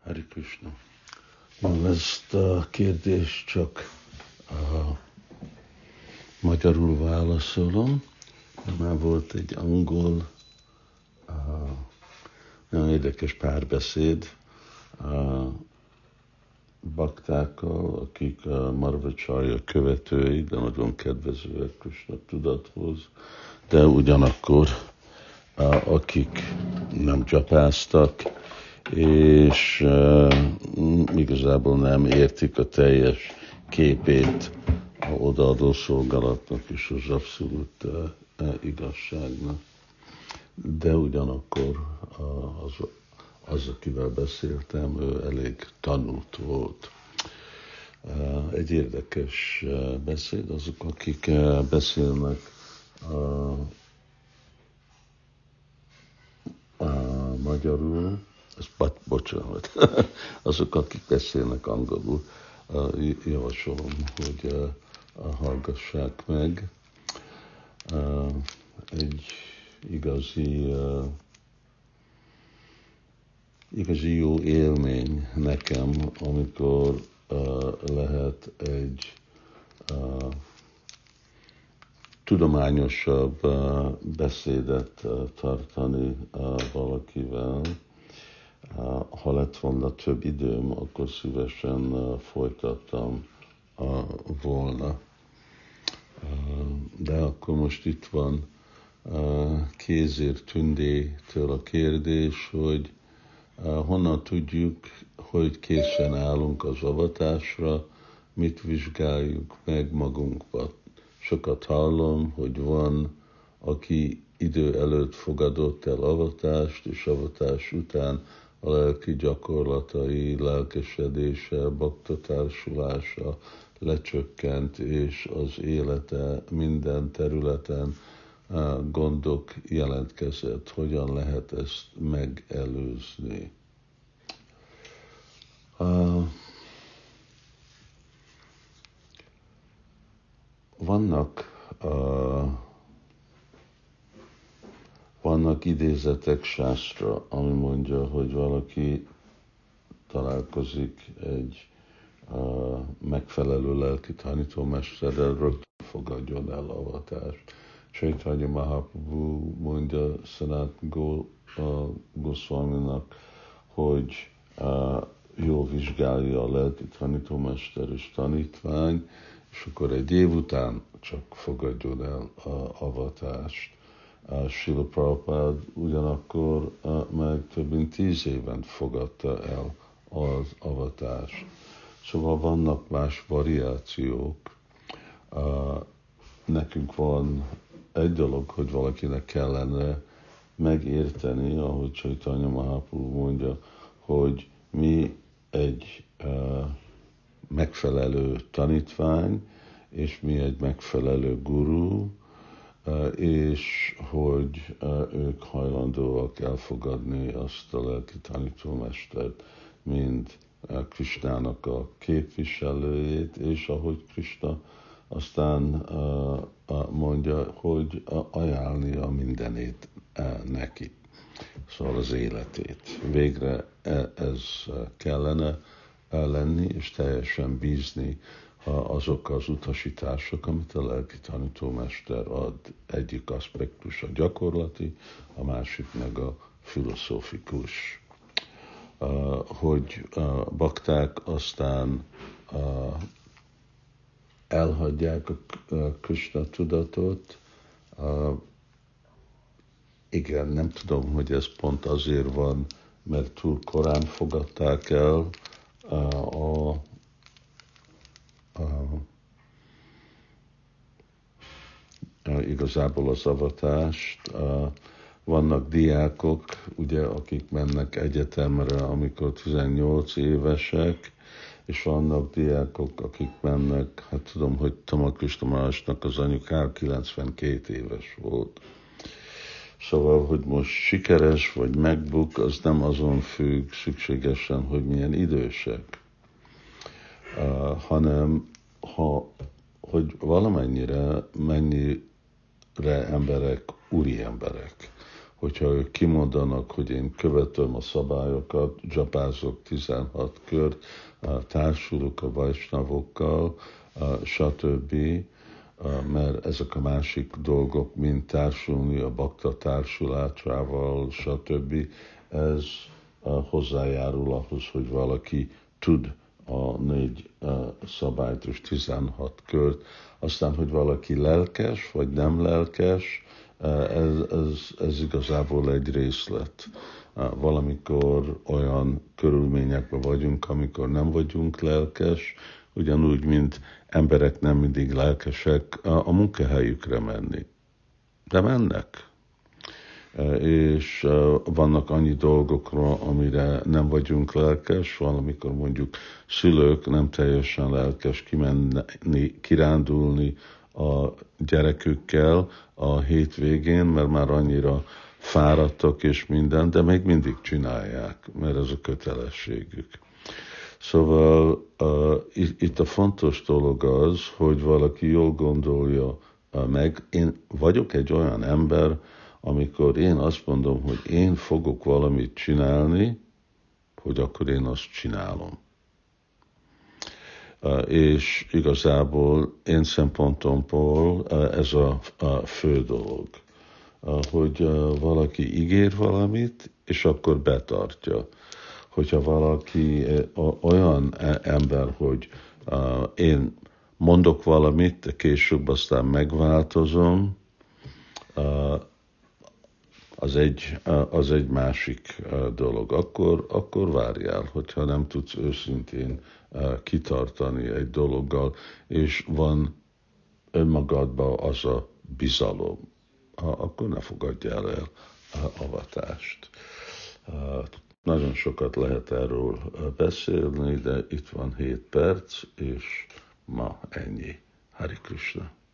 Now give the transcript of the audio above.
Hari Krishna. Jó, ezt a kérdést csak magyarul válaszolom. Már volt egy angol, nagyon érdekes párbeszéd baktákkal, akik a Madhvacharya követői, de nagyon kedvezőek Krishna tudathoz, de ugyanakkor akik nem csapáztak, és igazából nem értik a teljes képét a odaadó szolgálatnak és az abszolút igazságnak. De ugyanakkor akivel beszéltem, ő elég tanult volt. Egy érdekes beszéd, azok, akik beszélnek magyarul, bocsánat, azok, akik beszélnek angolul, javasolom, hogy hallgassák meg. Egy igazi jó élmény nekem, amikor lehet egy tudományosabb beszédet tartani valakivel. Ha lett volna több időm, akkor szívesen folytattam volna. De akkor most itt van Kézér Tündétől a kérdés, hogy honnan tudjuk, hogy készen állunk az avatásra, mit vizsgáljuk meg magunkba. Sokat hallom, hogy van, aki idő előtt fogadott el avatást, és avatás után a lelki gyakorlatai, lelkesedése, baktatársulása lecsökkent, és az élete minden területen gondok jelentkezett. Hogyan lehet ezt megelőzni? Vannak idézetek sásztra, ami mondja, hogy valaki találkozik egy megfelelő lelki tanítómesterrel, rögtön fogadjon el avatást. Chaitanya Mahaprabhu mondja Sanat Goswaminak, hogy jól vizsgálja a lelki tanítómester és tanítvány, és akkor egy év után csak fogadjon el avatást. Srila Prabhupád ugyanakkor meg több mint 10 éven fogadta el az avatást. Szóval vannak más variációk. Nekünk van egy dolog, hogy valakinek kellene megérteni, ahogy Chaitanya Mahaprabhu mondja, hogy mi egy megfelelő tanítvány, és mi egy megfelelő guru, és hogy ők hajlandóak elfogadni azt a lelki tanítómestert, mint Krishnának a képviselőjét, és ahogy Krishna aztán mondja, hogy ajánlja mindenét neki, szóval az életét. Végre ez kellene lenni, és teljesen bízni azok az utasítások, amit a lelki tanítómester ad. Egyik aspektus a gyakorlati, a másik meg a filozófikus. Hogy bakták aztán elhagyják a Krishna tudatot. Igen, nem tudom, hogy ez pont azért van, mert túl korán fogadták el igazából az avatást. Vannak diákok, ugye, akik mennek egyetemre, amikor 18 évesek, és vannak diákok, akik mennek, hát tudom, hogy Tama Krishna Maharajnak az anyukája 92 éves volt. Szóval, hogy most sikeres vagy megbuk, az nem azon függ szükségesen, hogy milyen idősek, hanem hogy mennyire emberek, úri emberek, hogyha ők kimondanak, hogy én követem a szabályokat, dzsapázok 16 kört, társulok a vajsnavokkal, stb., mert ezek a másik dolgok, mint társulni a bakta társulásával, stb., ez hozzájárul ahhoz, hogy valaki tud a 4 szabályt és 16 kört. Aztán, hogy valaki lelkes vagy nem lelkes, ez igazából egy részlet. Valamikor olyan körülményekben vagyunk, amikor nem vagyunk lelkes, ugyanúgy, mint emberek nem mindig lelkesek a munkahelyükre menni. De mennek. És vannak annyi dolgokra, amire nem vagyunk lelkes, valamikor mondjuk szülők nem teljesen lelkes kimenni, kirándulni a gyerekükkel a hétvégén, mert már annyira fáradtak és minden, de még mindig csinálják, mert ez a kötelességük. Szóval itt a fontos dolog az, hogy valaki jól gondolja meg. Én vagyok egy olyan ember, amikor én azt mondom, hogy én fogok valamit csinálni, hogy akkor én azt csinálom. És igazából én szempontomból ez a fő dolog, hogy valaki ígér valamit, és akkor betartja. Hogyha valaki olyan ember, hogy én mondok valamit, de később aztán megváltozom, az egy másik dolog. Akkor várjál, hogyha nem tudsz őszintén kitartani egy dologgal, és van önmagadban az a bizalom, akkor ne fogadjál el avatást. Nagyon sokat lehet erről beszélni, de itt van 7 perc, és ma ennyi. Hari Krishna.